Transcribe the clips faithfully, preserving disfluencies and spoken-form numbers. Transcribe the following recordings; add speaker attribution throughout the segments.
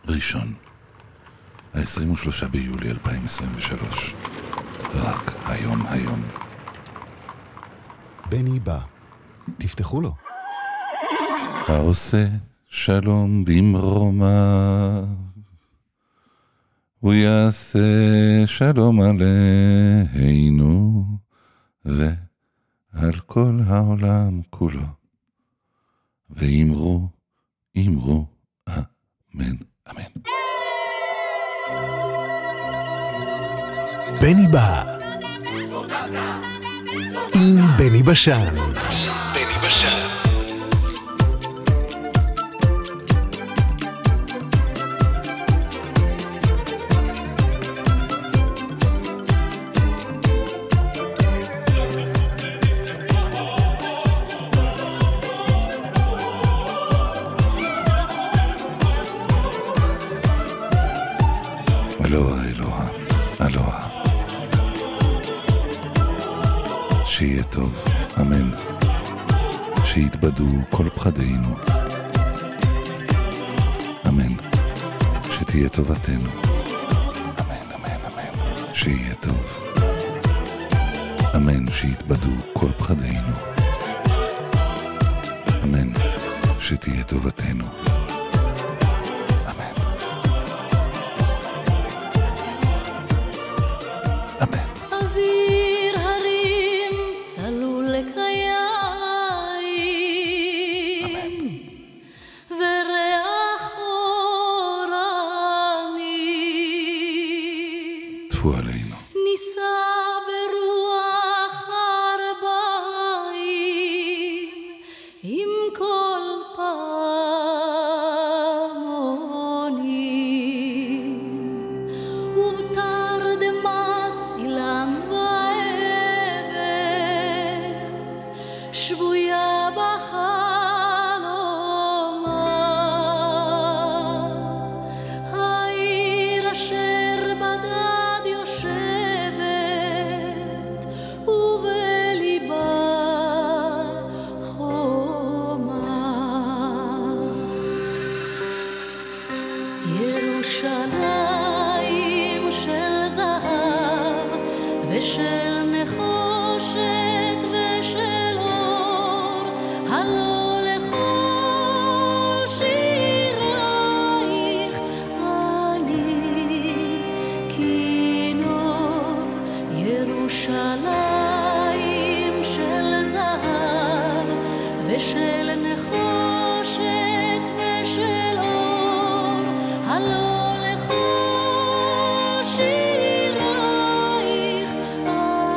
Speaker 1: ראשון, ה-עשרים ושלושה ביולי אלפיים עשרים ושלוש. רק היום היום.
Speaker 2: בני בא. תפתחו לו.
Speaker 1: העושה שלום במרומה, הוא יעשה שלום עלינו ועל כל העולם כולו. ואמרו, אמרו, אמן, אמן.
Speaker 2: בני בא. עם בני בשן. בני בשן.
Speaker 1: אלוהה, אלוהה, אלוהה. שיהיה טוב, אמן. שיתבדו כל פחדינו, אמן. שתהיה טובתנו, אמן, אמן, אמן. שיהיה טוב, אמן. שיתבדו כל פחדינו, אמן. שתהיה טובתנו, אמן, אמן.
Speaker 3: אוויר הרים צלול לקיים, וריח אורנים
Speaker 1: טפו עלינו,
Speaker 3: נישא ברוח ארבעים עם כל פעמונים ובתרדמת אילן ואבן שבויה בחלומה, העיר אשר בדד יושבת ובליבה חומה. ירושלים של זהב ושל נחושת ושל אור, הלא לכל שירייך אני כינור. ירושלים של זהב ושל נחושת ושל אור, הלא לכל שירייך אני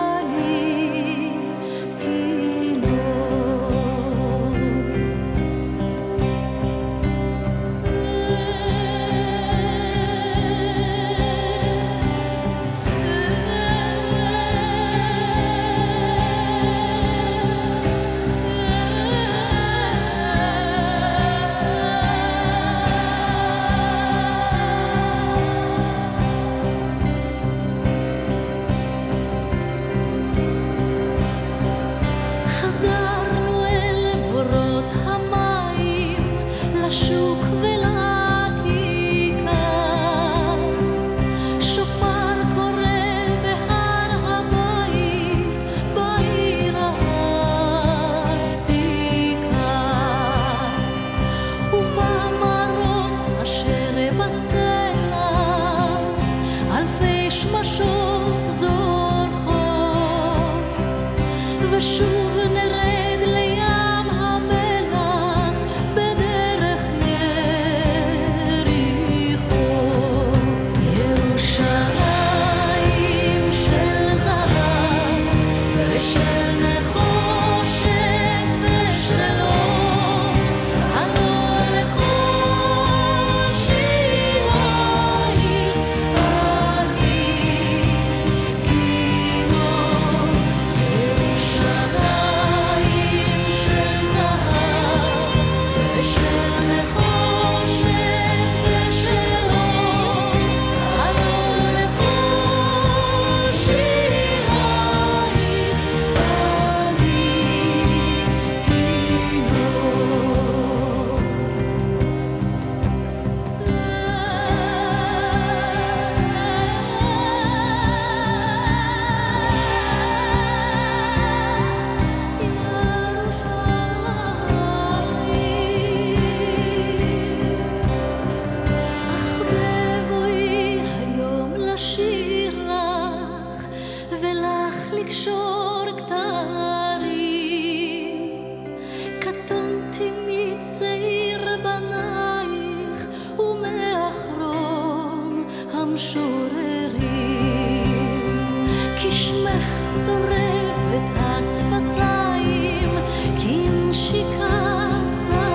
Speaker 3: משוררים, כי שמך צורב את השפתיים, כי נשיקת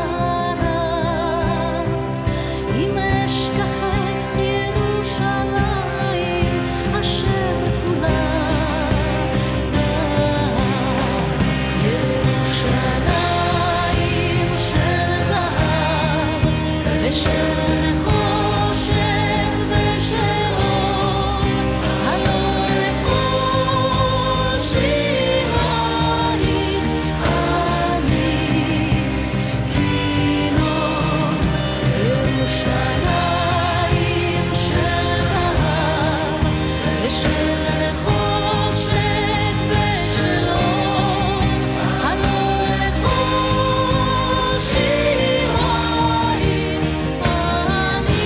Speaker 3: צרף, אם אשכחך ירושלים, אשר כולה זהב, ירושלים של זהב ושל נחושת ושל אור, הלא לכל שירייך אני כינור. ירושלים של זהב ושל נחושת ושל אור, הלא לכל שירייך אני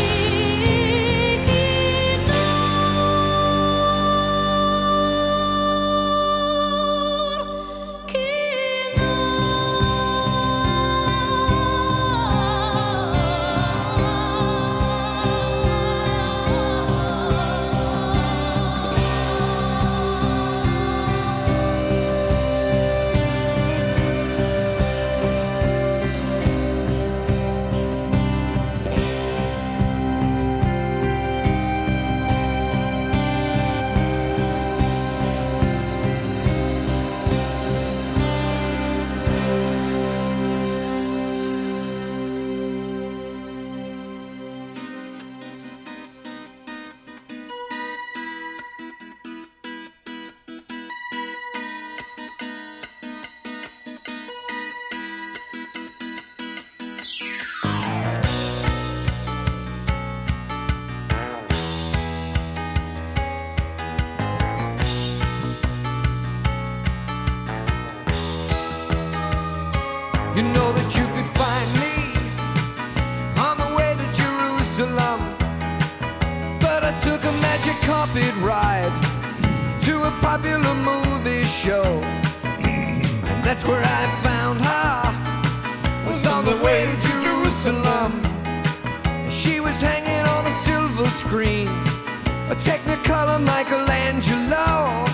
Speaker 4: You know that you could find me on the way to Jerusalem, but I took a magic carpet ride to a popular movie show, and that's where I found her. Was on the way to Jerusalem. She was hanging on a silver screen, a Technicolor Michelangelo.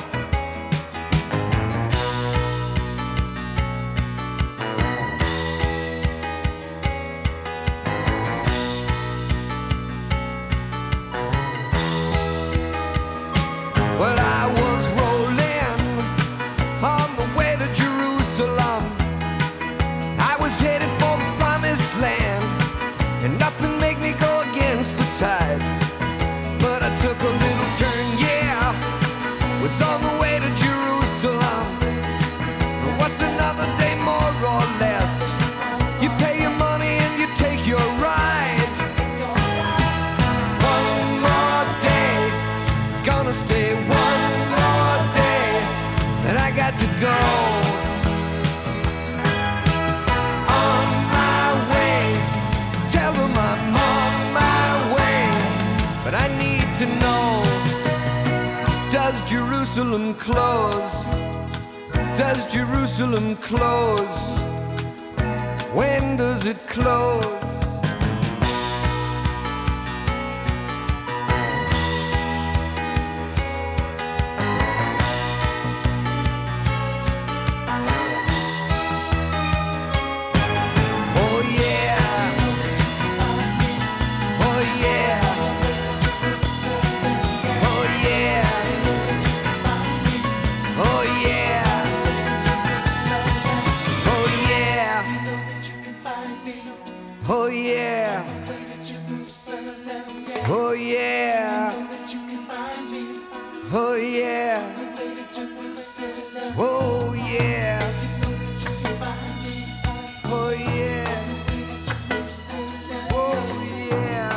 Speaker 4: Well, I was rolling on the way to Jerusalem. I was headed for the promised land, and nothing made me go against the tide. But I took a little turn, yeah, was on the way to Jerusalem. What's another day more or less? You pay your money and you take your ride. One more day, gonna stay one more day, and I got to go. On my way, tell them I'm on my way, but I need to know, does Jerusalem close? Does Jerusalem close? When does it close? Oh yeah, oh yeah, oh yeah, oh yeah, oh yeah, oh yeah,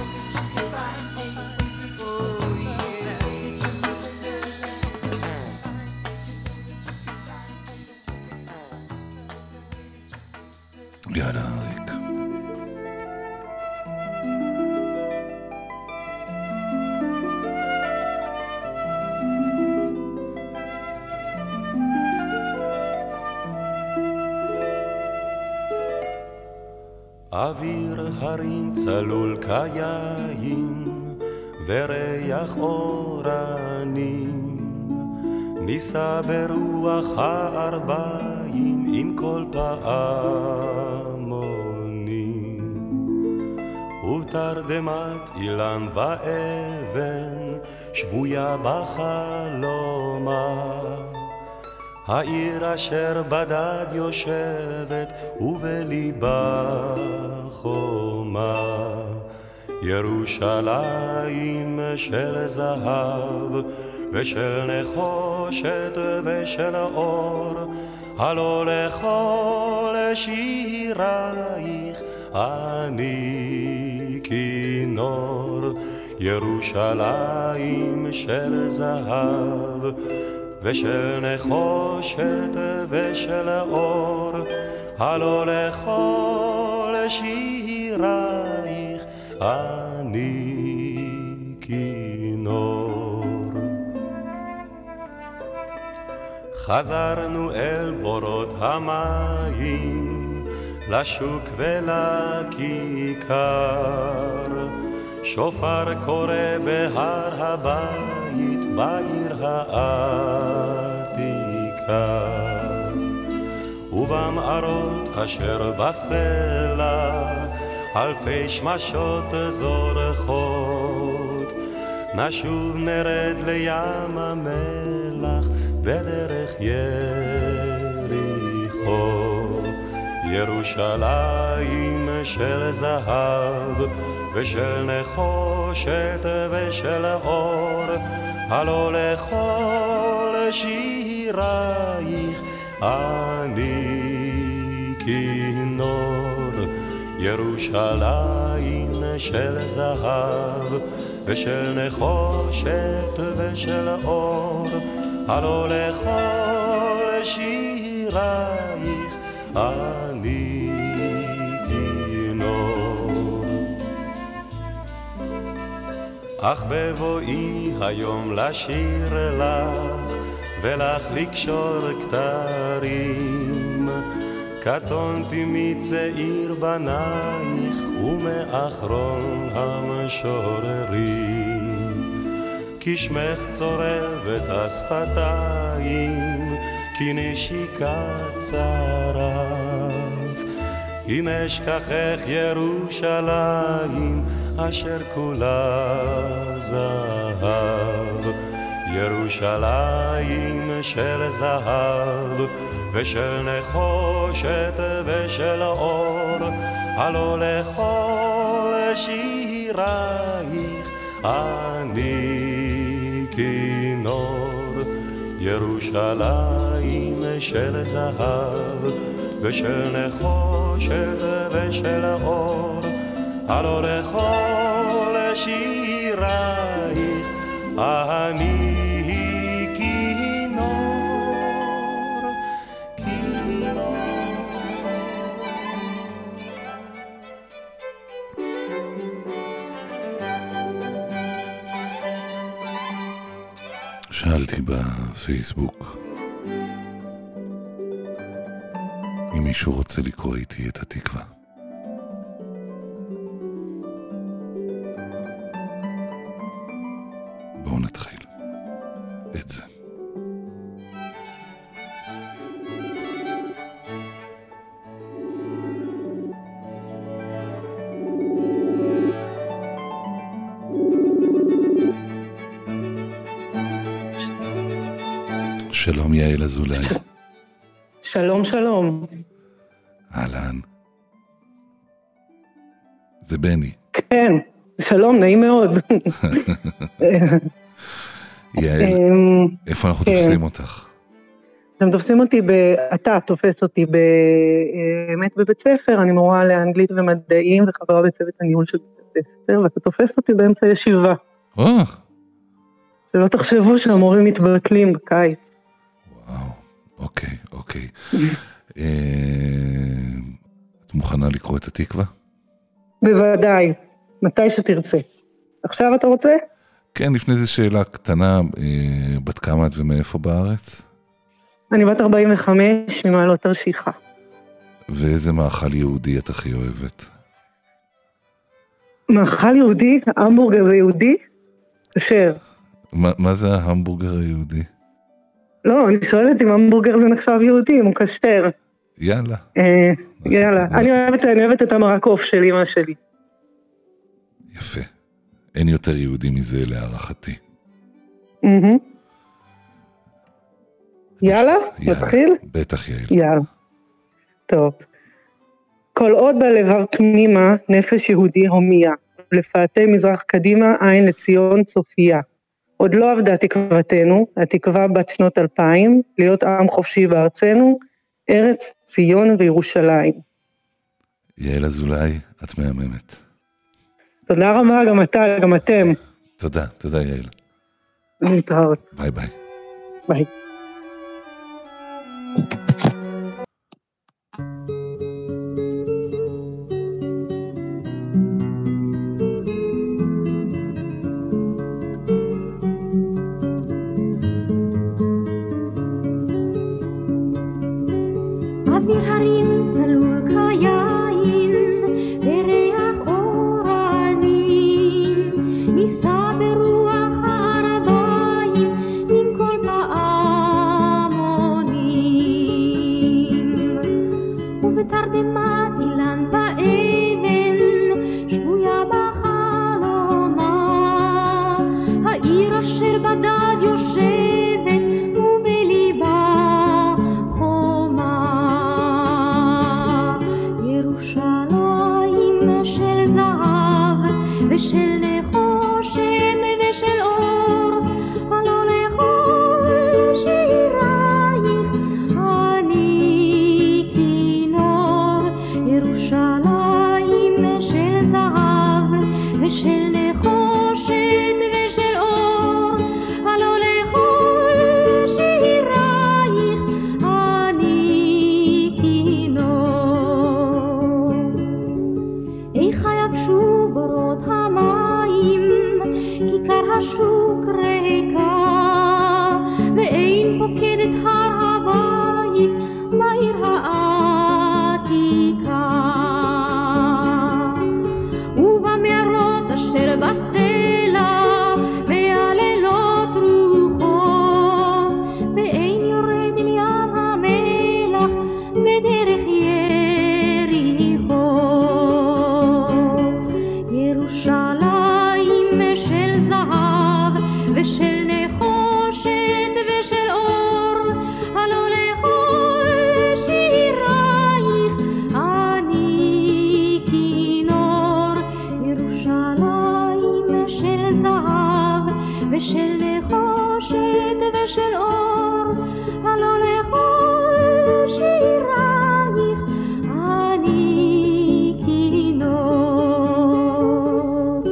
Speaker 1: יאללה, אריק.
Speaker 5: אוויר הרים צלול כיין, וריח אורנים, ניסה ברוח הארבעים עם כל פעמונים, ובתרדמת אילן ואבן שבויה בחלומה, העיר אשר בדד יושבת ובליבה חומה, ירושלים של זהב ושל נחושת ושל אור, הלא לכל שירייך אני כינור, ירושלים של זהב ושל נחושת ושל אור, הלא לכל שירייך אני כינור. חזרנו אל בורות המים, לשוק ולכיכר, שופר קורא בהר הבית בעיר העתיקה, ובמערות אשר בסלע אלפי שמשות זורחות, נשוב נרד לים המלח בדרך יריחו, ירושלים של זהב ושל נחושת ושל אור, הלא לכל שירייך אני כינור, ירושלים של זהב ושל נחושת ושל אור, הלא לכל שירייך אני כינור. אך בבואי היום לשיר לך ולך לקשור כתרים, קטונתי מצעיר בנייך ומאחרון המשוררים, כי שמך צורבת השפתיים, כי נשיקת צרף, אם אשכחך ירושלים אשר כולה זהב, ירושלים של זהב ושל נחושת ושל אור, הלא לכל שירייך אני כינור, ירושלים של זהב ושל נחושת ושל אור, הלא לכל שירייך אני
Speaker 1: שאלתי בפייסבוק אם מישהו רוצה לקרוא איתי את התקווה. בואו נתחיל את זה. שלום יעל אזולאי.
Speaker 6: שלום שלום.
Speaker 1: אהלן. זה בני.
Speaker 6: כן, שלום, נעים מאוד.
Speaker 1: יעל, איפה אנחנו תופסים אותך?
Speaker 6: אתם תופסים אותי, אתה תופס אותי באמת בבית ספר, אני מורה לאנגלית ומדעים וחברה בצוות הניהול של בית ספר, ואתה תופס אותי באמצע ישיבה. שלא תחשבו שהמורים מתבטלים בקיץ.
Speaker 1: וואו, אוקיי, אוקיי. את מוכנה לקרוא את התקווה?
Speaker 6: בוודאי, מתי שתרצה. עכשיו אתה רוצה?
Speaker 1: כן, לפני זה שאלה קטנה, בת כמה את ומאיפה בארץ?
Speaker 6: אני בת ארבעים וחמש, ממעלות תרשיחא.
Speaker 1: ואיזה מאכל יהודי את הכי אוהבת?
Speaker 6: מאכל יהודי? המבורגר זה יהודי? כשר.
Speaker 1: מה, מה זה ההמבורגר היהודי?
Speaker 6: לא, אני שואלת אם המבורגר זה נחשב יהודי, אם הוא כשר.
Speaker 1: יאללה.
Speaker 6: אה,
Speaker 1: אז-
Speaker 6: יאללה,
Speaker 1: אז-
Speaker 6: אני אוהבת, אני אוהבת את המרק עוף של אמא שלי.
Speaker 1: יפה. אין יותר יהודי מזה להערכתי.
Speaker 6: מהמם. יאללה,
Speaker 1: יאללה.
Speaker 6: נתחיל?
Speaker 1: בטח יעל.
Speaker 6: יאללה. טוב. כל עוד בלבב פנימה נפש יהודי הומיה, לפאתי מזרח קדימה עין לציון צופיה. עוד לא עבדה תקוותנו, התקווה בת שנות אלפיים, להיות עם חופשי בארצנו, ארץ ציון וירושלים.
Speaker 1: יעל אזולאי, את מהממת.
Speaker 6: תודה רבה, גם אתה, גם אתם.
Speaker 1: תודה, תודה יעל.
Speaker 6: להתראות.
Speaker 1: ביי ביי.
Speaker 6: ביי.
Speaker 3: אוויר הרים צלול כיין, בריח אורנים, ניסע ברוח הערביים, עם כל פעמונים. ובתרדמת אילן ואבן, שבויה בחלומה, העיר אשר בדד יושבת, ובליבה חומה. ירושלים של זהב ושל נחושת ושל אור, הלא לכל שירייך אני כינור. ירושלים של זהב ושל נחושת ושל אור, הלא לכל שירייך אני כינור. איך יבשו בורות המים, כיכר השוק ריקה, ואין פוקדת הר הבית בעיר העתיקה. ובמערות אשר בסלע מהלילות רוחות, ואין יורד אל ים המלח בדרך יריחו. ירושלים של זהב ושל נחושת ושל אור, הלא לכל שירייך אני כינור. ירושלים של זהב ושל נחושת ושל אור, הלא לכל שירייך אני כינור.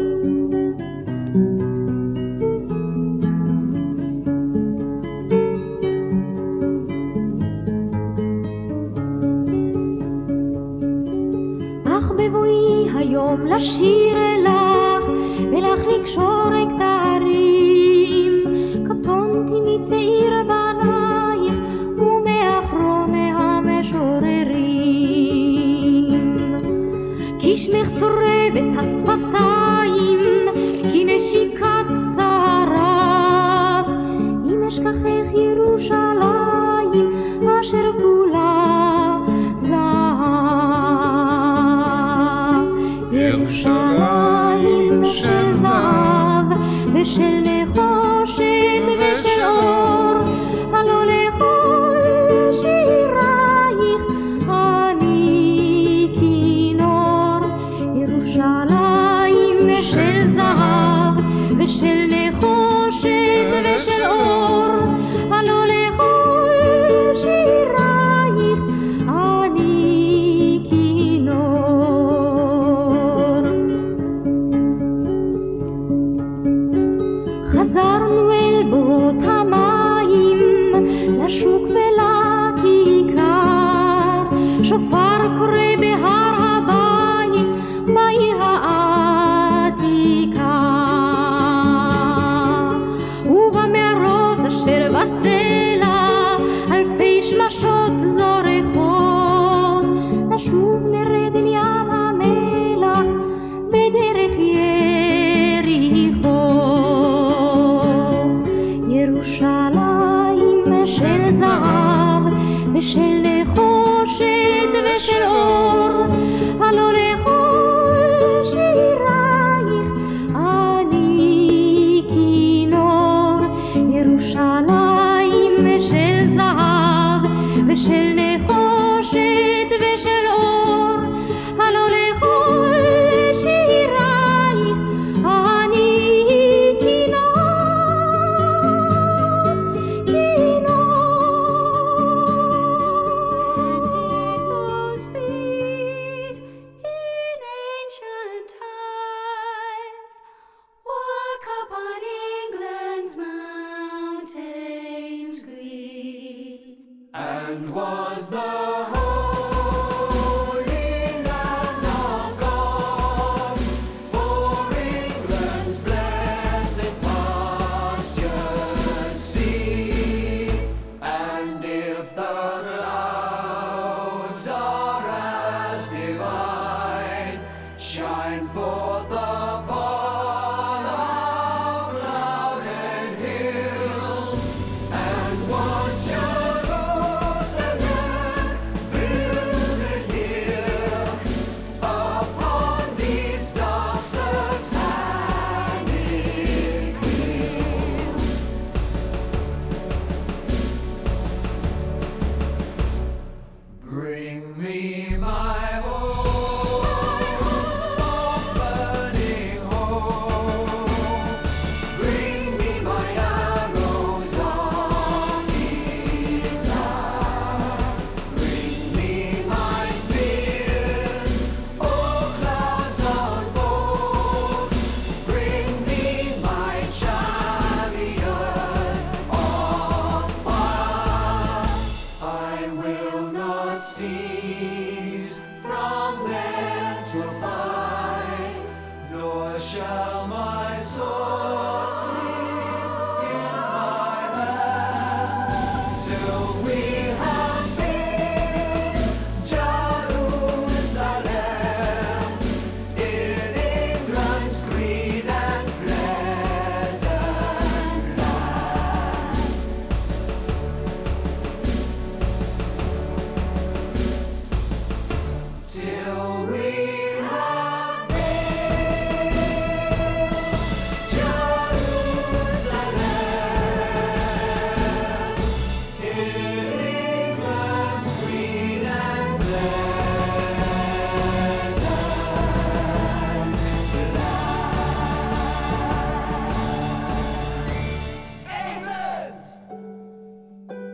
Speaker 3: אך בבואי היום לשיר אלך ולך לקשור כתרים, קטונתי מצעיר בנייך ומאחרון המשוררים. כי שמך צורבת השפתיים, כי נשיקת שרף, אם אשכחך ירושלים אשר כולה זהב. ירושלים של זהב ושל נחושת ושל אור, הלא לכל שירייך אני כינור. ירושלים של זהב ושל נחושת ושל אור, הלא לכל שירייך אני כינור. חזרנו אל בורות המים, לשוק ולכיכר, שופר קורא בהר הבית בעיר העתיקה. ובמערות אשר בסלע אלפי שמשות זורחות, נשוב נרד אל ים המלח בדרך יריחו. של נחושת ושל אור, הלא לכל שירייך אני כינור. ירושלים של זהב ושל נחושת ושל אור, הלא לכל שירייך אני כינור, כינור. And did those feet in ancient times walk upon England's mountains green?
Speaker 4: And was the holy land of God for England's blessed pastures see? And if the clouds are as divine, shine forth upon our clouded hills. And was Jerusalem builded here upon these dark satanic hills? Bring me my home, burning home. Bring me my arrows of desire. Bring me my spears, oh clouds unfold. Bring me my chariots of fire. I will not cease from then to fight, nor shall my sword sleep in my hand, till we have built Jerusalem in England's green and pleasant land. Till we have built Jerusalem in England's green and pleasant land. England!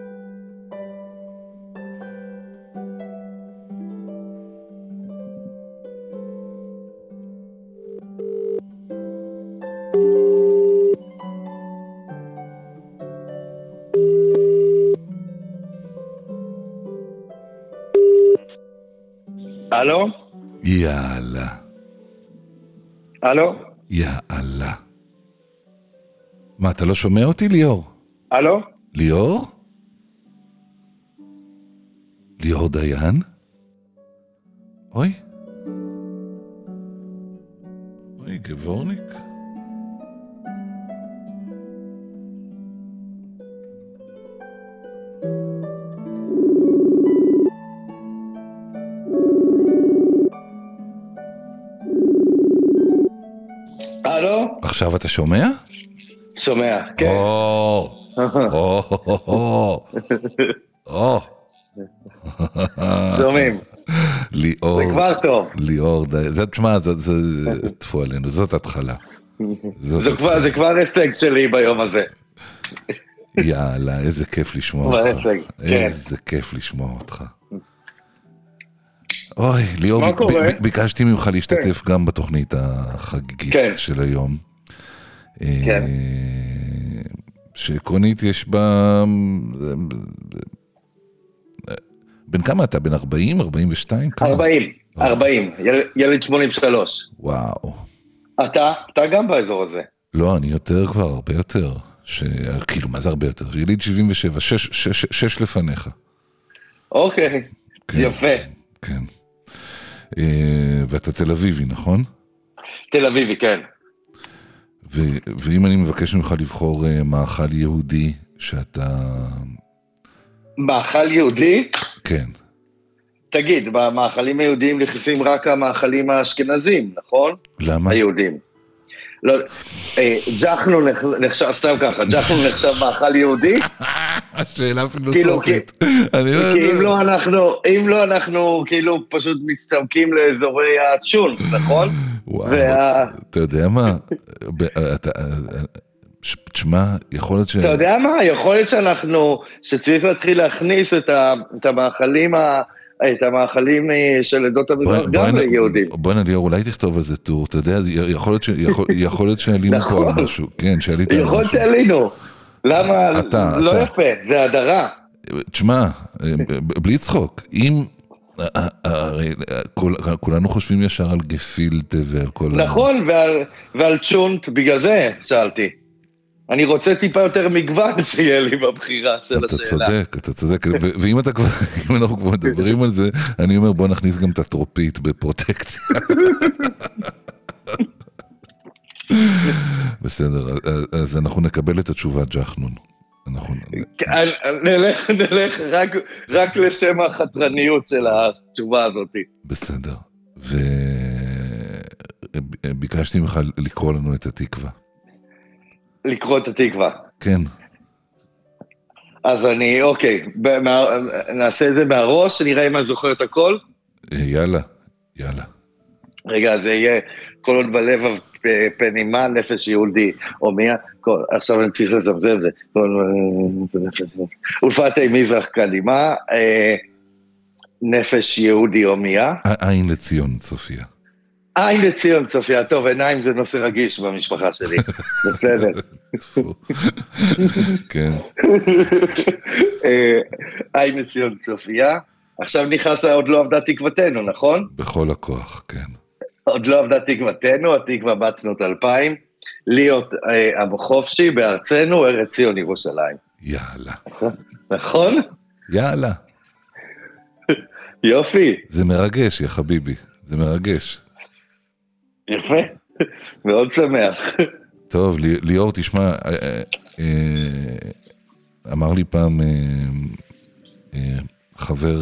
Speaker 7: הלו?
Speaker 1: יאללה,
Speaker 7: הלו?
Speaker 1: יאללה. מה, אתה לא שומע אותי, ליאור?
Speaker 7: הלו?
Speaker 1: ליאור? ליאור דיין? אוי. אוי, גבורניק.
Speaker 7: הלו?
Speaker 1: עכשיו אתה שומע?
Speaker 7: שומע, כן.
Speaker 1: או, או, או, או.
Speaker 7: שומעים.
Speaker 1: ליאור.
Speaker 7: זה כבר טוב.
Speaker 1: ליאור, זה, תשמע, זה תפו עלינו, זאת התחלה.
Speaker 7: זה כבר הישג שלי ביום הזה.
Speaker 1: יאללה, איזה כיף לשמוע אותך.
Speaker 7: הישג, כן.
Speaker 1: איזה כיף לשמוע אותך. אוי, ליאור, ביקשתי ממך להשתתף גם בתוכנית החגיגית של היום.
Speaker 7: כן.
Speaker 1: שעקרונית יש בה... בין כמה אתה? בין ארבעים? ארבעים ושתיים?
Speaker 7: ארבעים, ארבעים, ילד שמונים ושלוש.
Speaker 1: וואו.
Speaker 7: אתה? אתה גם באזור הזה.
Speaker 1: לא, אני יותר כבר, הרבה יותר. כאילו, מה זה הרבה יותר? יליד שבעים ושבע, שש לפניך.
Speaker 7: אוקיי, יפה.
Speaker 1: כן. ואתה תל אביבי, נכון?
Speaker 7: תל אביבי, כן.
Speaker 1: ואם אני מבקש ממך לבחור מאכל יהודי שאתה
Speaker 7: מאכל יהודי?
Speaker 1: כן.
Speaker 7: תגיד, במאכלים היהודיים נכנסים רק המאכלים האשכנזים, נכון?
Speaker 1: למה?
Speaker 7: היהודים. לא, אה, ג'חנו נחשב, סתם ככה, ג'חנו נחשב מאכל יהודי?
Speaker 1: השאלה פילוסופית.
Speaker 7: כי אם לא אנחנו, אם לא אנחנו כאילו פשוט מצטמקים לאזורי הצ'ון, נכון?
Speaker 1: וואו, אתה יודע מה? תשמע, יכול להיות ש...
Speaker 7: אתה יודע מה? יכול להיות שאנחנו, שצריך להתחיל להכניס את המאכלים את המאכלים של עדות המזרח גם ליהודים.
Speaker 1: בוא נדיר, אולי תכתוב על זה טור, אתה יודע, יכול להיות שעלינו פה על משהו, כן, שעלית על משהו.
Speaker 7: יכול להיות שעלינו, למה, לא יפה, זה הדרה.
Speaker 1: תשמע, בלי צחוק, אם, הרי כולנו חושבים ישר על גפילטה ועל כל...
Speaker 7: נכון, ועל צ'ונט, בגלל זה שאלתי. אני רוצה טיפה יותר מגוון שיהיה לי בבחירה של
Speaker 1: אתה
Speaker 7: השאלה.
Speaker 1: אתה צודק, אתה צודק, ואם אתה כבר, אם אנחנו כבר מדברים על זה, אני אומר בוא נכניס גם את הטרופית בפרוטקציה. בסדר, אז אנחנו נקבל את התשובה ג'חנון. אנחנו...
Speaker 7: נלך, נלך רק, רק לשם החתרניות של התשובה הזאת.
Speaker 1: בסדר, וביקשתי ממך לקרוא לנו את התקווה.
Speaker 7: לקרוא את התקווה.
Speaker 1: כן.
Speaker 7: אז אני, אוקיי, מה, נעשה את זה מהראש, נראה אם אני זוכר את הכל.
Speaker 1: יאללה, יאללה.
Speaker 7: רגע, זה יהיה כל עוד בלב פנימה, נפש יהודי, או מיה, כל, עכשיו אני צריך לזמזם זה. ולפתי מזרח קדימה, נפש יהודי או מיה.
Speaker 1: עין לציון, צופיה.
Speaker 7: עין לציון, צופיה, טוב, עיניים זה נושא רגיש במשפחה שלי, בסדר.
Speaker 1: כן.
Speaker 7: עין לציון, צופיה, עכשיו נכנס, עוד לא עבדה תקוותנו, נכון?
Speaker 1: בכל הכוח, כן.
Speaker 7: עוד לא עבדה תקוותנו, התקווה בת שנות אלפיים, להיות חופשי בארצנו, ארץ ציון ירושלים.
Speaker 1: יאללה.
Speaker 7: נכון?
Speaker 1: יאללה.
Speaker 7: יופי.
Speaker 1: זה מרגש, יא חביבי, זה מרגש.
Speaker 7: יפה, מאוד שמח.
Speaker 1: טוב, ליאור, תשמע, אמר לי פעם חבר,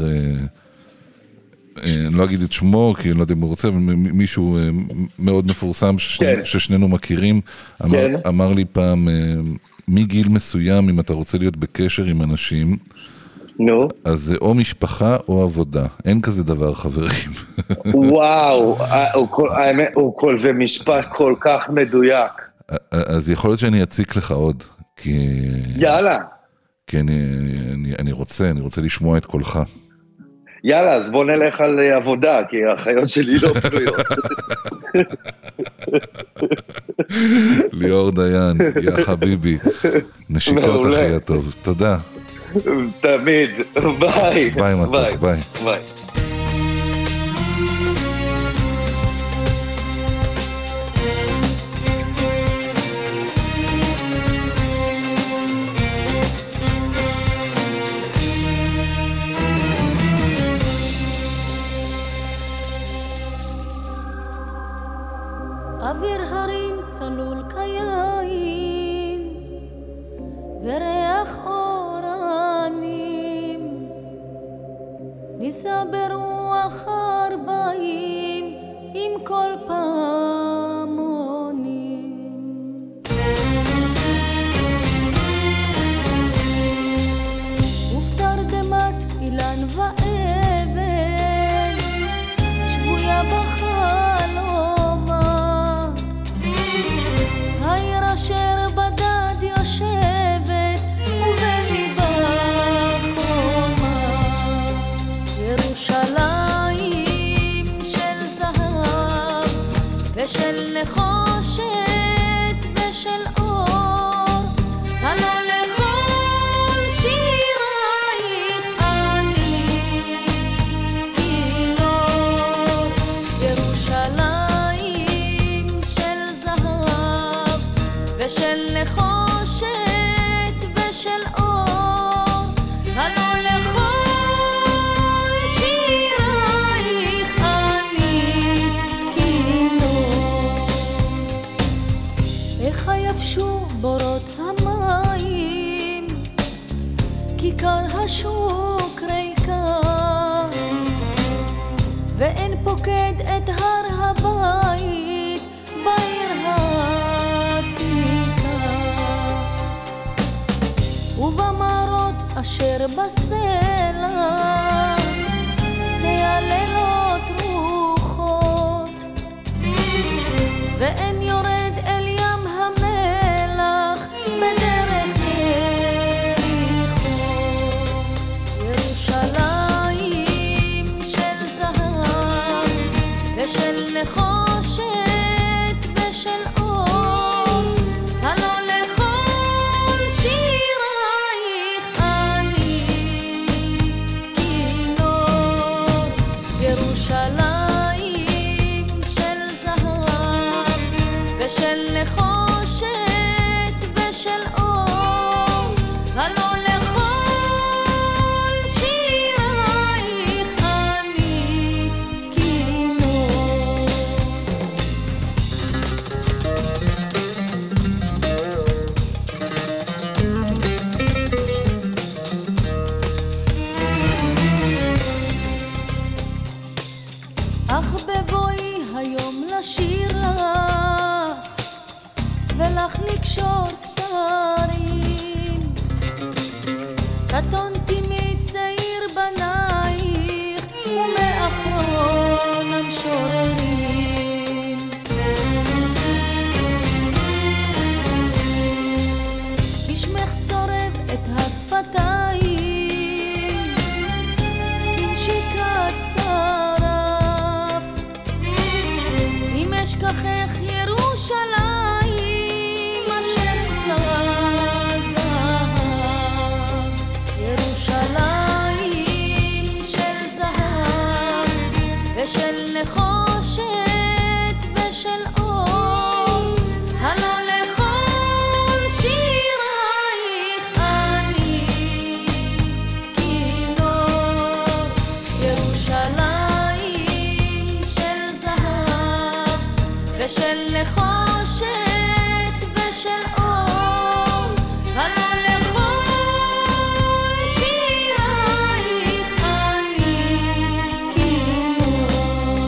Speaker 1: אני לא אגיד את שמו, כי אני לא יודע אם הוא רוצה, אבל מישהו מאוד מפורסם ששנינו מכירים, אמר לי פעם, מגיל מסוים, אם אתה רוצה להיות בקשר עם אנשים,
Speaker 7: נו.
Speaker 1: אז זה או משפחה או עבודה, אין כזה דבר, חברים.
Speaker 7: וואו, הוא כל זה משפט כל כך מדויק.
Speaker 1: אז יכול להיות שאני אציק לך עוד, כי...
Speaker 7: יאללה.
Speaker 1: כי אני, אני, אני רוצה, אני רוצה לשמוע את קולך.
Speaker 7: יאללה, אז בוא נלך על עבודה, כי החיות שלי לא פנויות.
Speaker 1: ליאור דיין, יא חביבי, נשיקות אחי הטוב, תודה.
Speaker 7: תמיד, ביי.
Speaker 1: ביי מתוק, ביי.
Speaker 7: ביי.
Speaker 3: אוויר הרים צלול כיין וריח אורנים ניסה ברוח ארבעים עם כל פעמונים ובתרדמת אילן ואבן שבויה בחלומה העיר אשר בדד יושבת ובליבה חומה ירושלים של זהב ושל נחושת ושל אור הלא לכל שירייך אני כינור ירושלים של זהב ושל נחושת ושל אור הלא לכל שירייך אני כינור איך היבשו בורות המים כיכר השוק ריקה ואין פוקד את הר הבית בעיר העתיקה ובמרות אשר בסלע מהלילות רוחות ואין יורד אל ים המלח בדרך יריחו ירושלים של זהב ושל נחושת ושל אור הלא לכל שירייך אני כינור ירושלים של זהב ושל נחושת ושל אור הלא לכל שירייך אני כינור אך בבואי היום לשיר לך ולך לקשור כתרים קטונתי מצעיר בנייך ומאחרון המשוררים כשמך צורב את השפתיים כנשיקת שרף אם אשכחך ירושלים אשר לזהב ירושלים של זהב ושל נחושת ושל אור הלא לכל שירייך אני כינור ירושלים של זהב ושל נחושת ושל אור הלא לכל שירייך אני כינור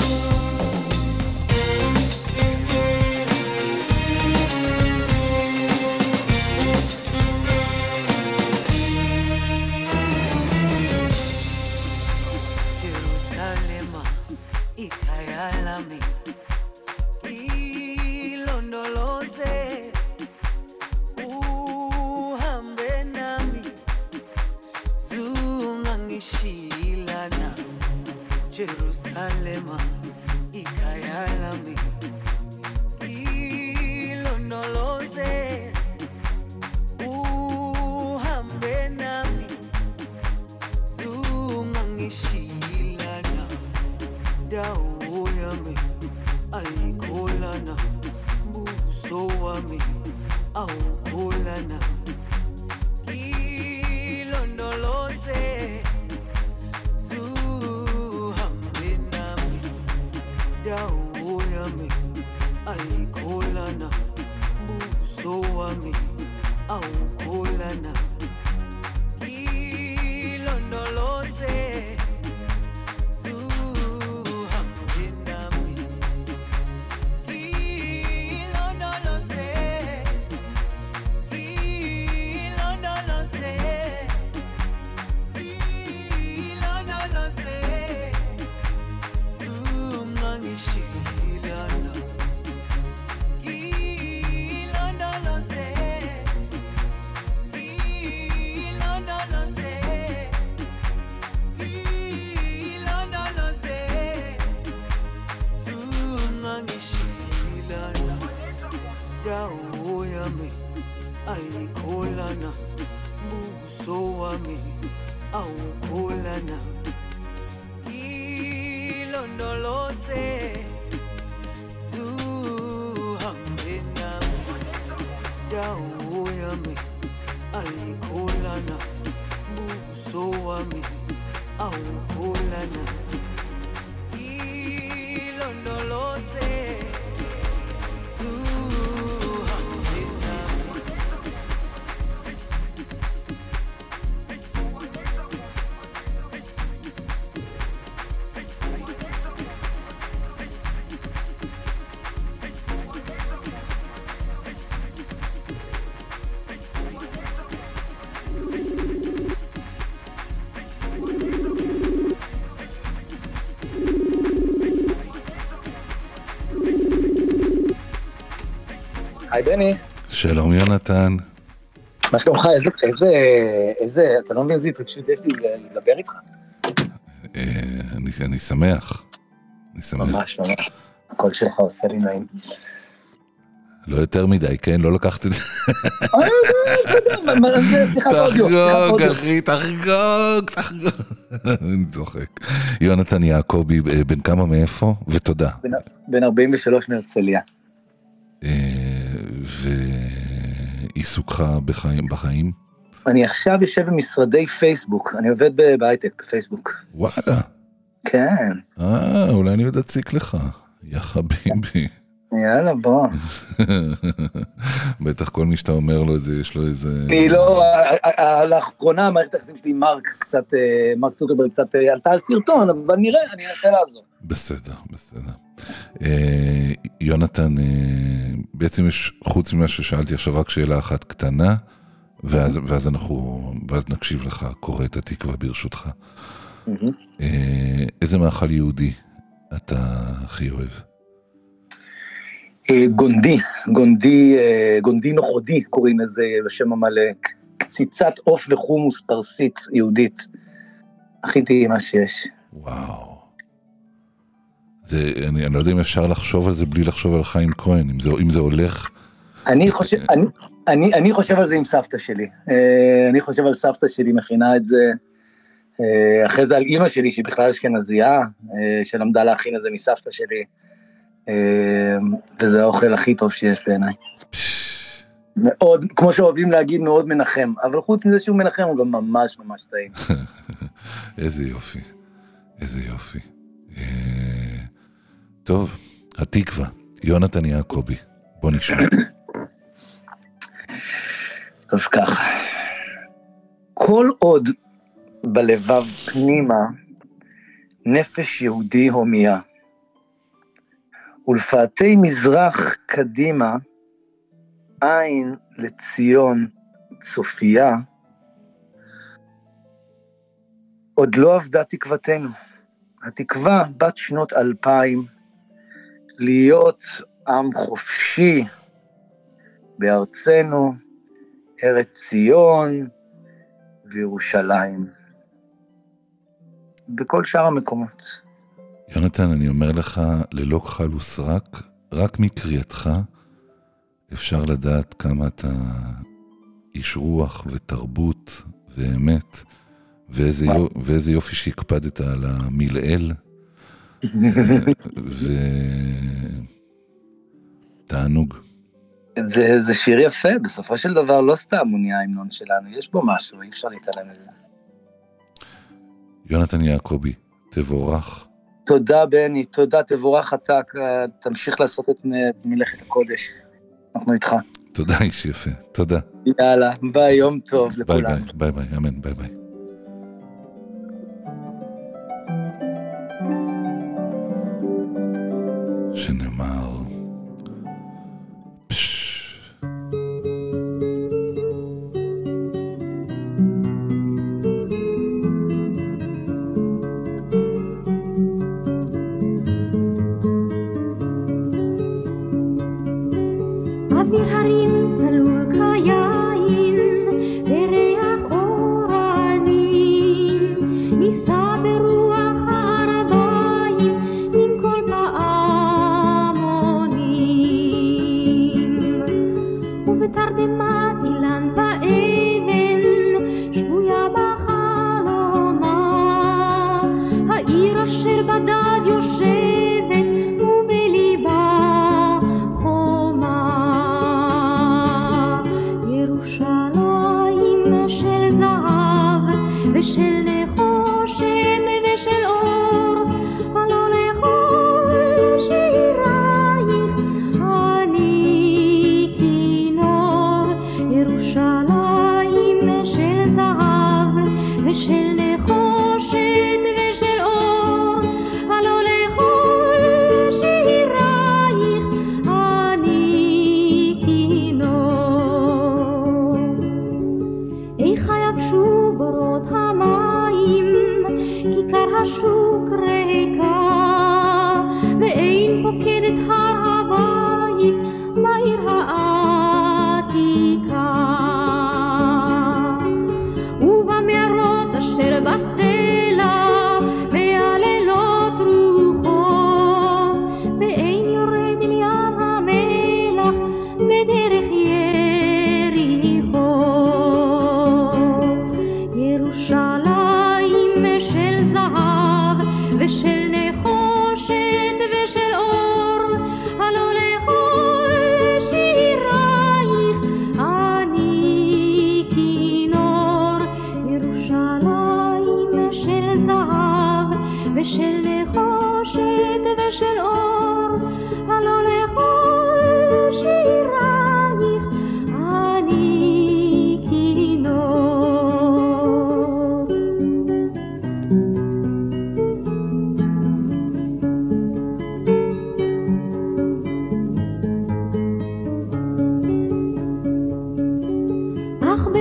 Speaker 8: Jerusalema ikayalami ilondoloze uhambe nami zungangishilana Jerusalema ikayalami ilondoloze uhambe nami zungangishilana dawo yami ayikholana buso wami awukholana ilondoloze zuhambe nami dawo yami ayikholana buso wami awukholana ilondoloze zuhambe nami ilondoloze ilondoloze ilondoloze zungangishilana ilondoloze ilondoloze ilondoloze zungangishilana dawo yami ayikholana buso wami awukholana ilondoloze zuhambe nami dawo yami ayikholana buso wami awukholana ilondoloze zuhambe nami
Speaker 9: היי בני.
Speaker 1: שלום יונתן.
Speaker 9: מה שלומך? איזה, איזה, איזה, אתה לא מבין איזה התרגשות יש לי לדבר איתך?
Speaker 1: אני, אני שמח. אני שמח.
Speaker 9: ממש, ממש. הקול שלך עושה לי נעים.
Speaker 1: לא יותר מדי, כן? לא לקחת את זה.
Speaker 9: תחגוג,
Speaker 1: אחי, תחגוג, תחגוג. אני צוחק. יונתן יעקבי, בן כמה מאיפה? ותודה.
Speaker 9: בן ארבעים ושלוש מהרצליה.
Speaker 1: ועיסוקך בחיים?
Speaker 9: אני עכשיו יושב במשרדי פייסבוק, אני עובד בהייטק בפייסבוק.
Speaker 1: וואלה.
Speaker 9: כן.
Speaker 1: אה, אולי אני עוד אציק לך. יא חביבי.
Speaker 9: יאללה, בוא.
Speaker 1: בטח כל מי שאתה אומר לו את זה, יש לו איזה...
Speaker 9: אני לא, לאחרונה המערכת היחסים שלי, מרק קצת, מרק צוקרברג קצת עלתה על סרטון, אבל נראה, אני אנסה לעזור.
Speaker 1: בסדר, בסדר. יונתן, בעצם יש, חוץ ממה ששאלתי עכשיו, רק שאלה אחת קטנה, ואז, ואז אנחנו, ואז נקשיב לך, קורא את התקווה ברשותך. איזה מאכל יהודי אתה הכי אוהב?
Speaker 9: גונדי, גונדי, גונדי נוחודי, קוראים לזה בשם המלא, קציצת עוף וחומוס פרסית יהודית, הכי טעימה שיש.
Speaker 1: וואו. זה, אני, אני לא יודע אם אפשר לחשוב על זה בלי לחשוב על חיים כהן, אם זה, אם זה הולך.
Speaker 9: אני חושב, אני, אני, אני חושב על זה עם סבתא שלי, אני חושב על סבתא שלי, מכינה את זה, אחרי זה על אמא שלי, שהיא בכלל אשכנזייה, שלמדה להכין את זה מסבתא שלי, וזה האוכל הכי טוב שיש בעיניי. מאוד, כמו שאוהבים להגיד, מאוד מנחם, אבל חוץ מזה שהוא מנחם, הוא גם ממש ממש טעים.
Speaker 1: איזה יופי, איזה יופי. טוב, התקווה, יונתן יעקבי, בוא נשמע.
Speaker 9: אז ככה, כל עוד בלבב פנימה נפש יהודי הומיה, ולפאתי מזרח קדימה, עין לציון צופיה, עוד לא עבדה תקוותנו. התקווה בת שנות אלפיים, להיות עם חופשי בארצנו, ארץ ציון וירושלים. בכל שאר המקומות.
Speaker 1: יונתן, אני אומר לך, ללא כחל וסרק, רק מקריאתך אפשר לדעת כמה אתה איש רוח ותרבות ואמת, ואיזה, יופ, ואיזה יופי שהקפדת על המילאל, ותענוג.
Speaker 9: זה, זה שיר יפה, בסופו של דבר לא סתם הוא נהיה ההמנון שלנו, יש בו משהו, אי אפשר להתעלם מזה.
Speaker 1: יונתן יעקבי, תבורך.
Speaker 9: תודה בני, תודה, תבורך אתה, תמשיך לעשות את מלאכת הקודש, אנחנו איתך.
Speaker 1: תודה איש יפה, תודה.
Speaker 9: יאללה, ביי, יום טוב לכולם.
Speaker 1: ביי ביי, ביי ביי, אמן, ביי ביי. שנאמר,
Speaker 3: שירייך אני כינור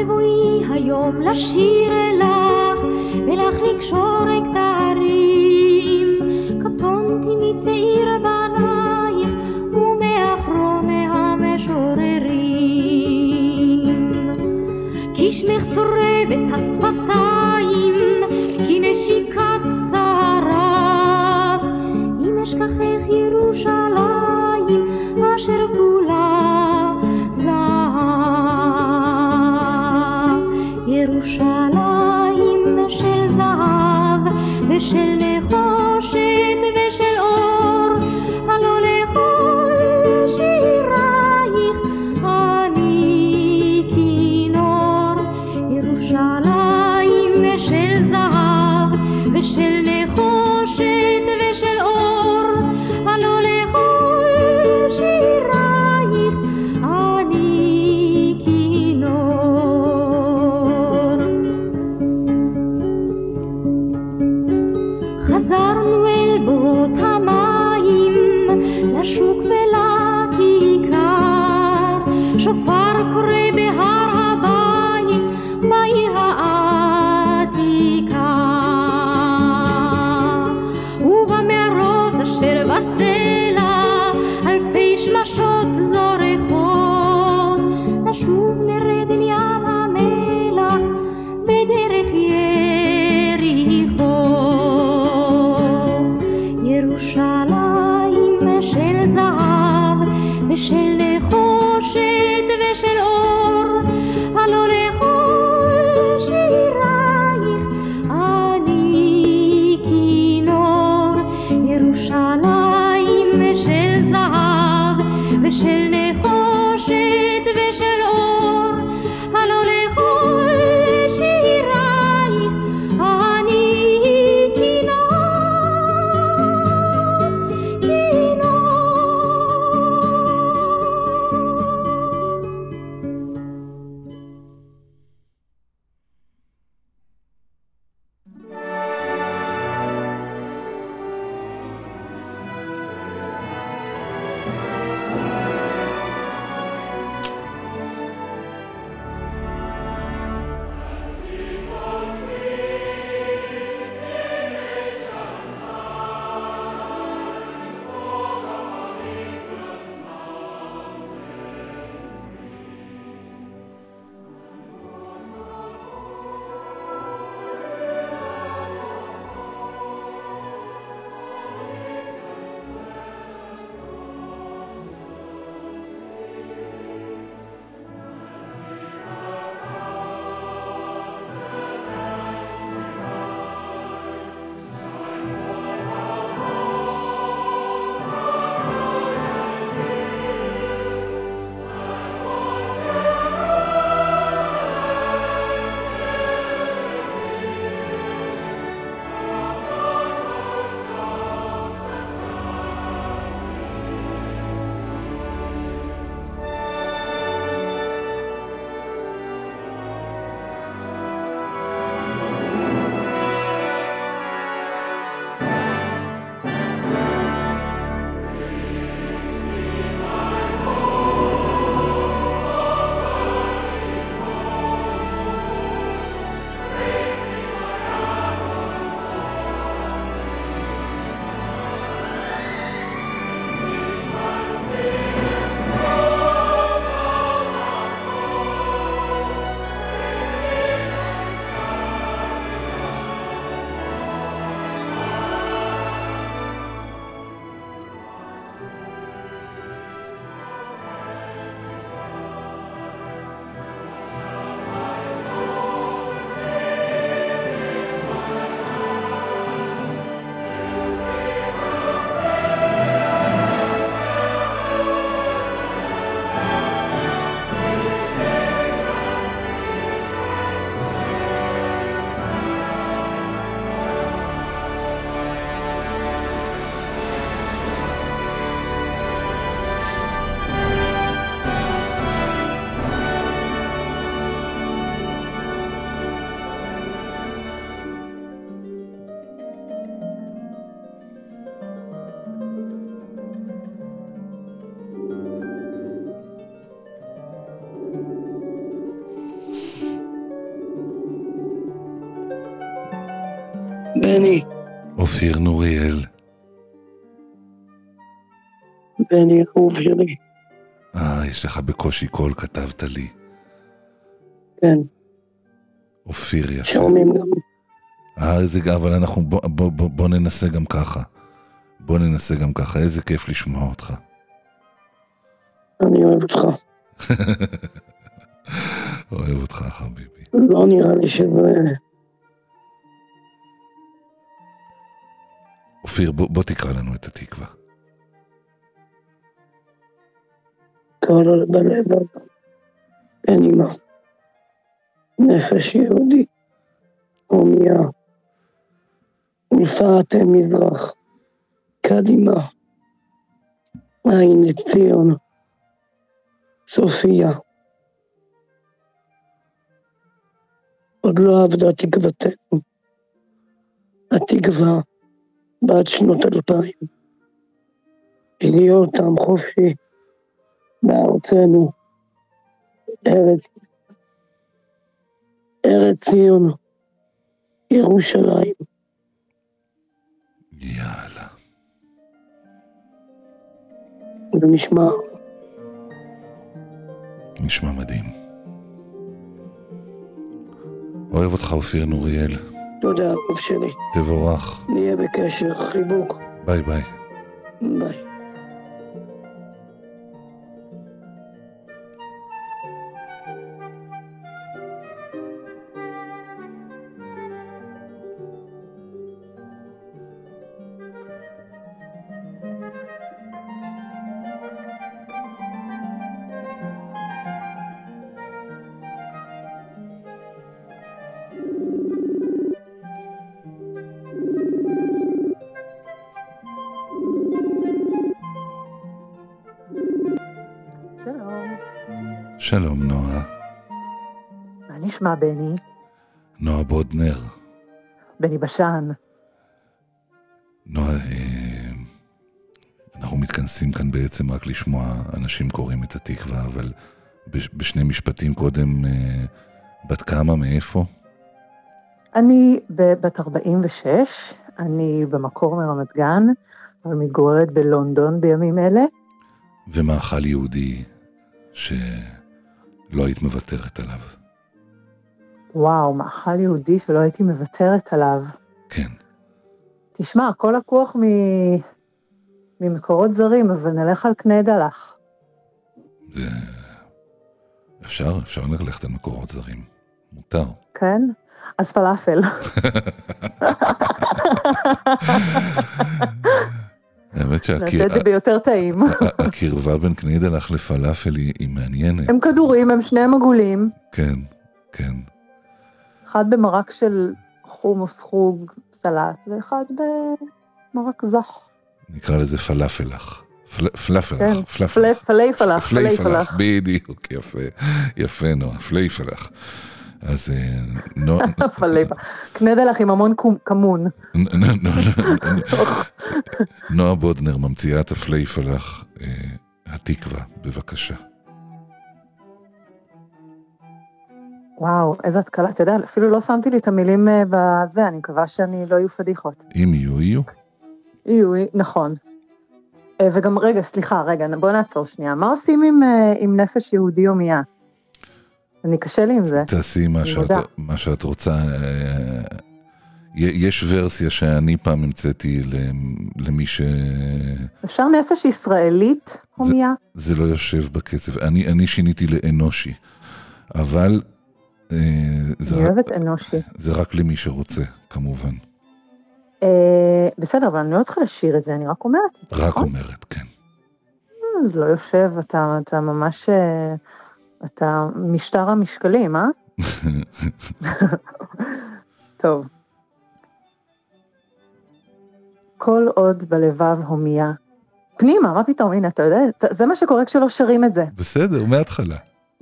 Speaker 3: בבואי היום לשיר אלך ולך לקשור כתרים, קטונתי מצעיר בנייך ומאחרון המשוררים, כי שמך צורבת השפתיים, כי נשיקת שרף, אם אשכחך ירושלים אשר כולה זהב, ירושלים של זהב ושל נחושת ושל אור, הלא לכל שירייך אני כינור, ירושלים של זהב ושל נחושת ושל אור, הלא לכל שירייך אני כינור. חזרנו אל בורות המים, לשוק ולכיכר, שופר קורא בהר הבית, בעיר העתיקה, ובמערות אשר בסלע, אלפי שמשות זורחות, נשוב נרד אל ים המלח בדרך יריחו, ירושלים של זהב ושל נחושת ושל אור, הלא לכל שירייך אני כינור, ירושלים של זהב ושל נחושת ושל אור, הלא לכל שירייך אני כינור, כינור.
Speaker 10: בני,
Speaker 1: אופיר נוריאל.
Speaker 10: בני, אהוב שלי.
Speaker 1: אה, יש לך בקושי קול, כתבת לי.
Speaker 10: כן.
Speaker 1: אופיר יפה.
Speaker 10: שומעים גם.
Speaker 1: אה, איזה, אבל אנחנו, בוא, בוא, בוא, בוא ננסה גם ככה. בוא ננסה גם ככה, איזה כיף לשמוע אותך.
Speaker 10: אני אוהב אותך.
Speaker 1: אוהב אותך, חביבי.
Speaker 10: לא נראה לי שזה...
Speaker 1: אופיר, בוא, בוא תקרא לנו את התקווה.
Speaker 10: כל עוד בלב, בנימה, נפש יהודי, הומיה, ולפאתי מזרח, קדימה, עין לציון, סופיה. עוד לא עבדה תקוותנו, התקווה בת שנות אלפיים, להיות עם חופשי בארצנו, ארץ, ארץ ציון, ירושלים.
Speaker 1: יאללה.
Speaker 10: זה נשמע...
Speaker 1: נשמע מדהים. אוהב אותך, אופיר נוריאל.
Speaker 10: תודה, אהוב שלי.
Speaker 1: תבורך.
Speaker 10: נהיה בקשר, חיבוק.
Speaker 1: ביי ביי.
Speaker 10: ביי.
Speaker 1: שלום, נועה.
Speaker 11: מה נשמע, בני?
Speaker 1: נועה בודנר.
Speaker 11: בני בשן.
Speaker 1: נועה, אנחנו מתכנסים כאן בעצם רק לשמוע אנשים קוראים את התקווה, אבל בשני משפטים קודם, בת כמה, מאיפה?
Speaker 11: אני בת ארבעים ושש, אני במקור מרמת גן, אבל מתגוררת בלונדון בימים אלה.
Speaker 1: ומאכל יהודי שלא היית מוותרת עליו.
Speaker 11: וואו, מאכל יהודי שלא הייתי מוותרת עליו.
Speaker 1: כן.
Speaker 11: תשמע, הכל לקוח מ... ממקורות זרים, אבל נלך על קנה דלח.
Speaker 1: זה... אפשר, אפשר ללכת על מקורות זרים. מותר.
Speaker 11: כן? אז פלאפל.
Speaker 1: האמת שהקיר...
Speaker 11: נעשה את זה ביותר טעים.
Speaker 1: הקרבה בין קנה דלח לפלאפל היא מעניינת. הם
Speaker 11: כדורים, הם שניהם עגולים.
Speaker 1: כן, כן.
Speaker 11: אחד במרק של חומוס חוג סלט, ואחד במרק זך.
Speaker 1: נקרא לזה פלאפלח. פלאפלח.
Speaker 11: כן, פלי פלח.
Speaker 1: פלי פלח, בדיוק, יפה. יפה, נועה, פלי פלח. אז
Speaker 11: קנה דלח עם המון כמון.
Speaker 1: נועה בודנר, ממציאה את הפלי פלח, התקווה, בבקשה.
Speaker 11: וואו, איזו התקלה, אתה יודע, אפילו לא שמתי לי את המילים בזה, אני מקווה שאני לא יהיו פדיחות.
Speaker 1: אם יהיו, יהיו.
Speaker 11: יהיו, נכון. וגם, רגע, סליחה, רגע, בוא נעצור שנייה. מה עושים עם, עם נפש יהודי הומיה? אני קשה לי עם זה.
Speaker 1: תעשי מה שאת, מה שאת רוצה. יש ורסיה שאני פעם המצאתי למי ש...
Speaker 11: אפשר נפש ישראלית הומיה?
Speaker 1: זה, זה לא יושב בקצב. אני, אני שיניתי לאנושי. אבל...
Speaker 11: אני אוהבת אנושי.
Speaker 1: זה רק למי שרוצה, כמובן.
Speaker 11: בסדר, אבל אני לא צריכה לשיר את זה, אני רק אומרת את זה.
Speaker 1: רק אומרת, כן.
Speaker 11: אז לא יושב, אתה, אתה ממש... אתה משטר המשקלים, אה? טוב. כל עוד בלבב הומיה. פנימה, מה פתאום? הנה, אתה יודע? זה מה שקורה כשלא שרים את זה.
Speaker 1: בסדר, מההתחלה.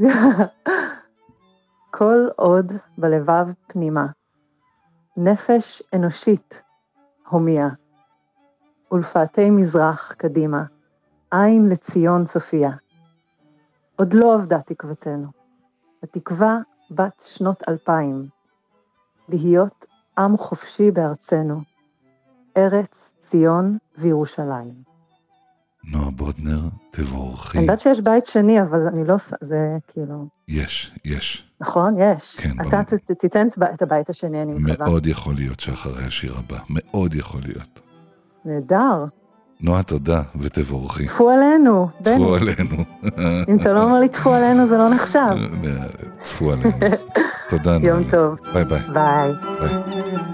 Speaker 11: כל עוד בלבב פנימה. נפש אנושית הומיה. ולפאתי מזרח קדימה. עין לציון צופיה. עוד לא עבדה תקוותנו. התקווה בת שנות אלפיים. להיות עם חופשי בארצנו, ארץ, ציון וירושלים.
Speaker 1: נועה בודנר, תבורכי.
Speaker 11: אני יודעת שיש בית שני, אבל אני לא... זה כאילו...
Speaker 1: יש, יש.
Speaker 11: נכון? יש.
Speaker 1: כן.
Speaker 11: אתה במ... ת, תיתן את הבית השני, אני מקווה.
Speaker 1: מאוד יכול להיות שאחרי השיר הבא. מאוד יכול להיות.
Speaker 11: נהדר.
Speaker 1: נועה, תודה, ותבורכי.
Speaker 11: תפו עלינו, בני.
Speaker 1: תפו עלינו.
Speaker 11: אם אתה לא אומר לי תפו עלינו, זה לא נחשב.
Speaker 1: תפו עלינו. תודה, נועה.
Speaker 11: יום טוב.
Speaker 1: ביי ביי.
Speaker 11: ביי.
Speaker 1: ביי.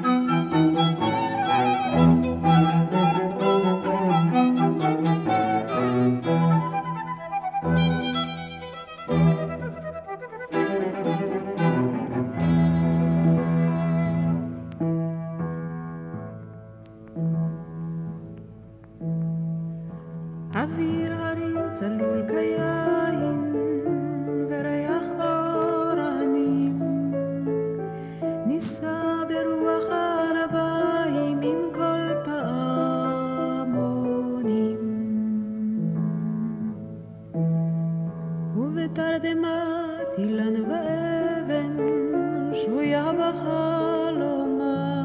Speaker 12: אוויר הרים צלול כיין וריח אורנים ניסה ברוח הרביים עם כל פעמונים ובתרדמת אילן ואבן שבויה בחלומה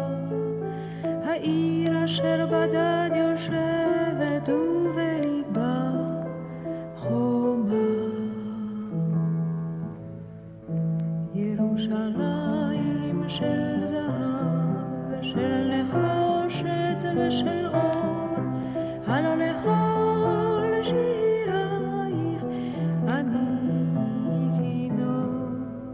Speaker 12: העיר אשר בדד יושבת ובליבה חומה ירושלים של זהב ושל נחושת ושל אור הלא לכל שירייך אני כינור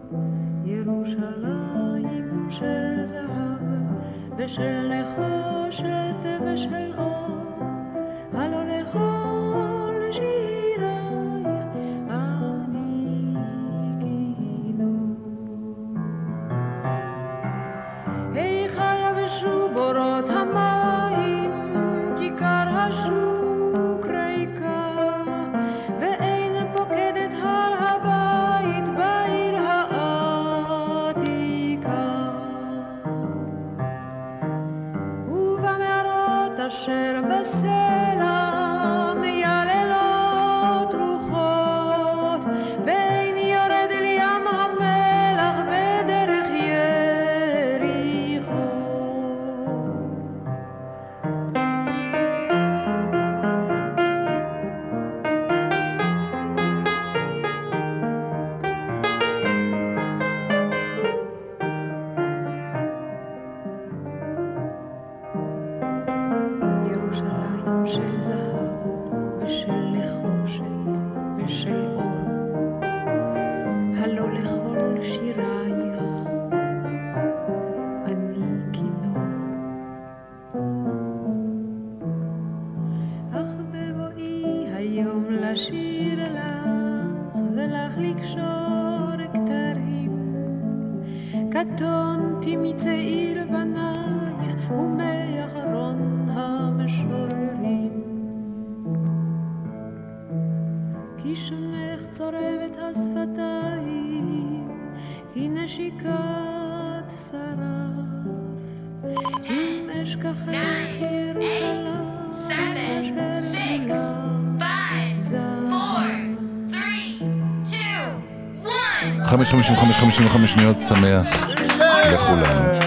Speaker 12: ירושלים של זהב ושל נחושת ושל אור הלא לכל שירייך אני כינור איכה יבשו בורות המים כיכר השוק ריקה ואין פוקדת הר הבית בעיר העתיקה ובמערות אשר בסלע מייללות רוחות ואין יורד אל ים המלח בדרך יריחו ירושלים של זהב ושל נחושת ושל אור הלא לכל שירייך אני כינור אך בבואי היום לשיר לך ולך לקשור כתרים קטונתי מצעיר בנייך ומאחרון המשוררים כי שמך צורב את השפתיים כי נשיקת שרף אם אשכחך ירושלים
Speaker 1: חמש חמישים וחמש חמישים וחמש שניות שמח לכולנו.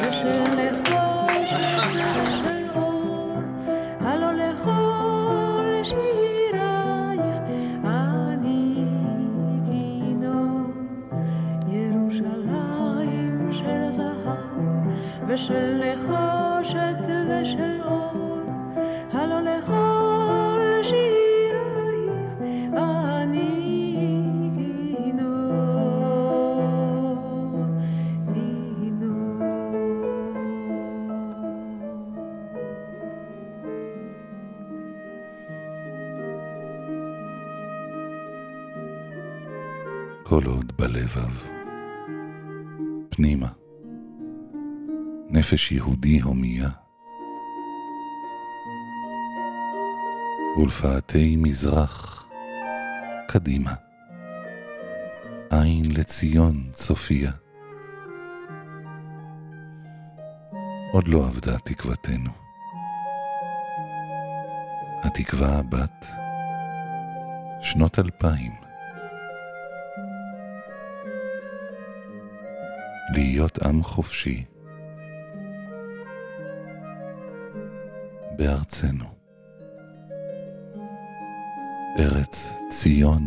Speaker 12: ושל נחושת ושל אור הלא לכל שירייך אני כינור כינור
Speaker 1: כל עוד בלבב פנימה נפש יהודי הומיה ולפאתי מזרח קדימה עין לציון צופיה עוד לא עבדה תקוותנו התקווה בת שנות אלפיים להיות עם חופשי בארצנו. ארץ ציון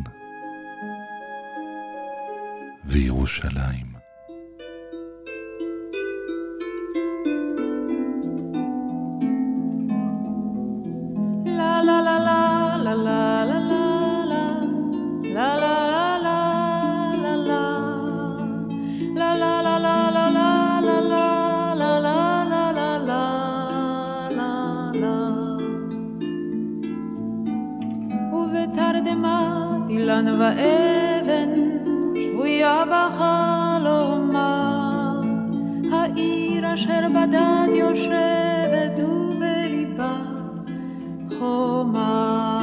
Speaker 1: וירושלים.
Speaker 12: La la la la la la la la la la אילן ואבן שבויה בחלומה, העיר אשר בדד יושבת ובליבה חומה.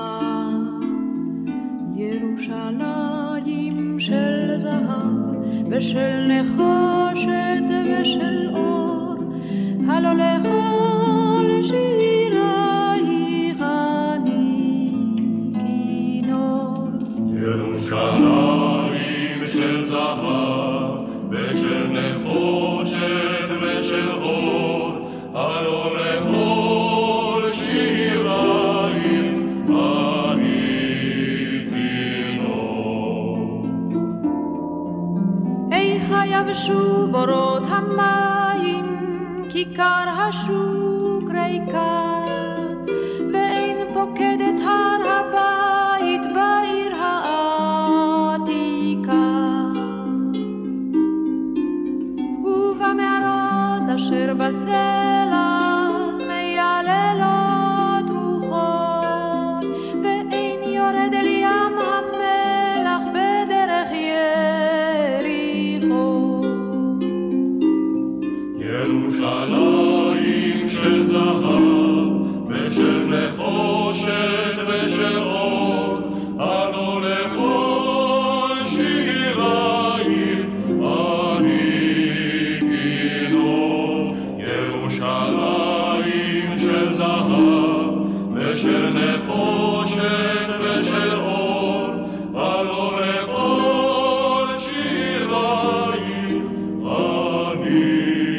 Speaker 12: ירושלים של זהב ושל נחושת ושל אור, הלא לכל שירייך אני כינור.
Speaker 5: ירושלים של זהב ושל נחושת ושל אור, הלא לכל שירייך אני כינור.
Speaker 12: איכה יבשו בורות המים, כיכר השוק ריקה, ואין פוקדת הר הבית בעיר העתיקה. ובמערות אשר בסלע מייללות רוחות, ואין יורד אל ים המלח בדרך יריחו.
Speaker 5: ירושלים של זהב ושל נחושת ושל אור, הלא לכל שירייך אני כינור. ירושלים של זהב ושל נחושת ושל אור, הלא לכל שירייך אני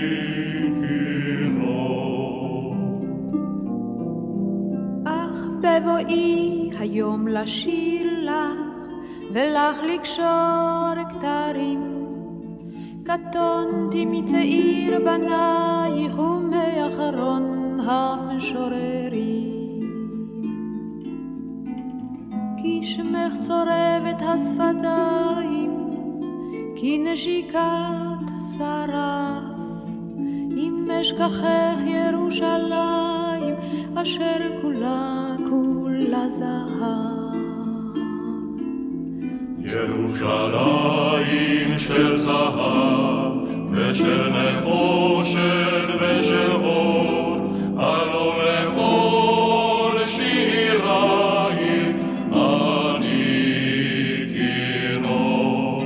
Speaker 12: בבואי היום לשיר לך ולך לקשור כתרים, קטונתי מצעיר בנייך ומאחרון המשוררים. כי שמך צורבת השפתיים, כי נשיקת שרף, אם אשכחך ירושלים אשר כולה כולה זהב.
Speaker 5: ירושלים של זהב ושל נחושת ושל אור, הלא לכל שירייך אני כינור.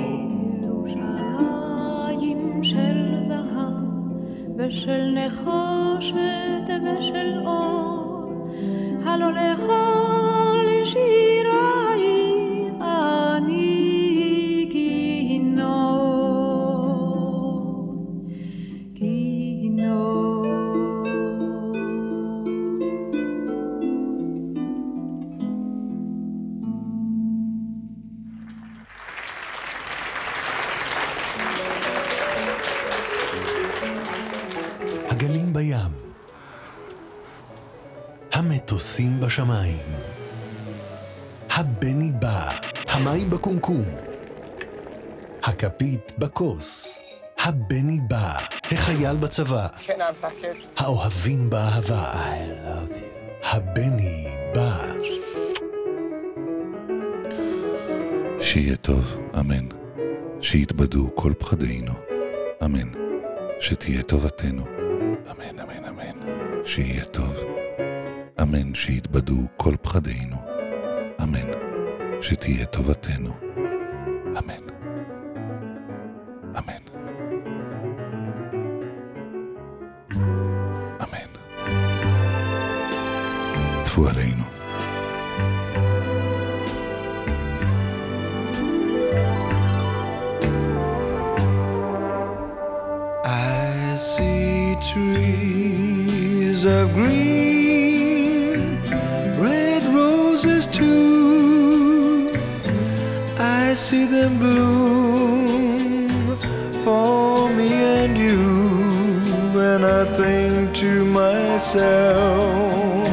Speaker 12: ירושלים של זהב ושל נחושת ושל אור, הלא לכל שירייך אני כינור, כינור.
Speaker 2: הגלים בים, המטוסים בשמיים, הבני בא, המים בקומקום, הכפית בכוס, הבני בא, החייל בצבא, האוהבים באהבה, I love you. הבני בא.
Speaker 1: שיהיה טוב, אמן. שיתבדו כל פחדינו, אמן. שתהיה טובתנו, אמן, אמן, אמן. שיהיה טוב, אמן. שיתבדו כל פחדינו, אמן. שתהיה טובתנו, אמן, אמן, אמן. טפו עלינו.
Speaker 4: I see trees of green
Speaker 13: roses too, I see them bloom for me and you, and I think to myself,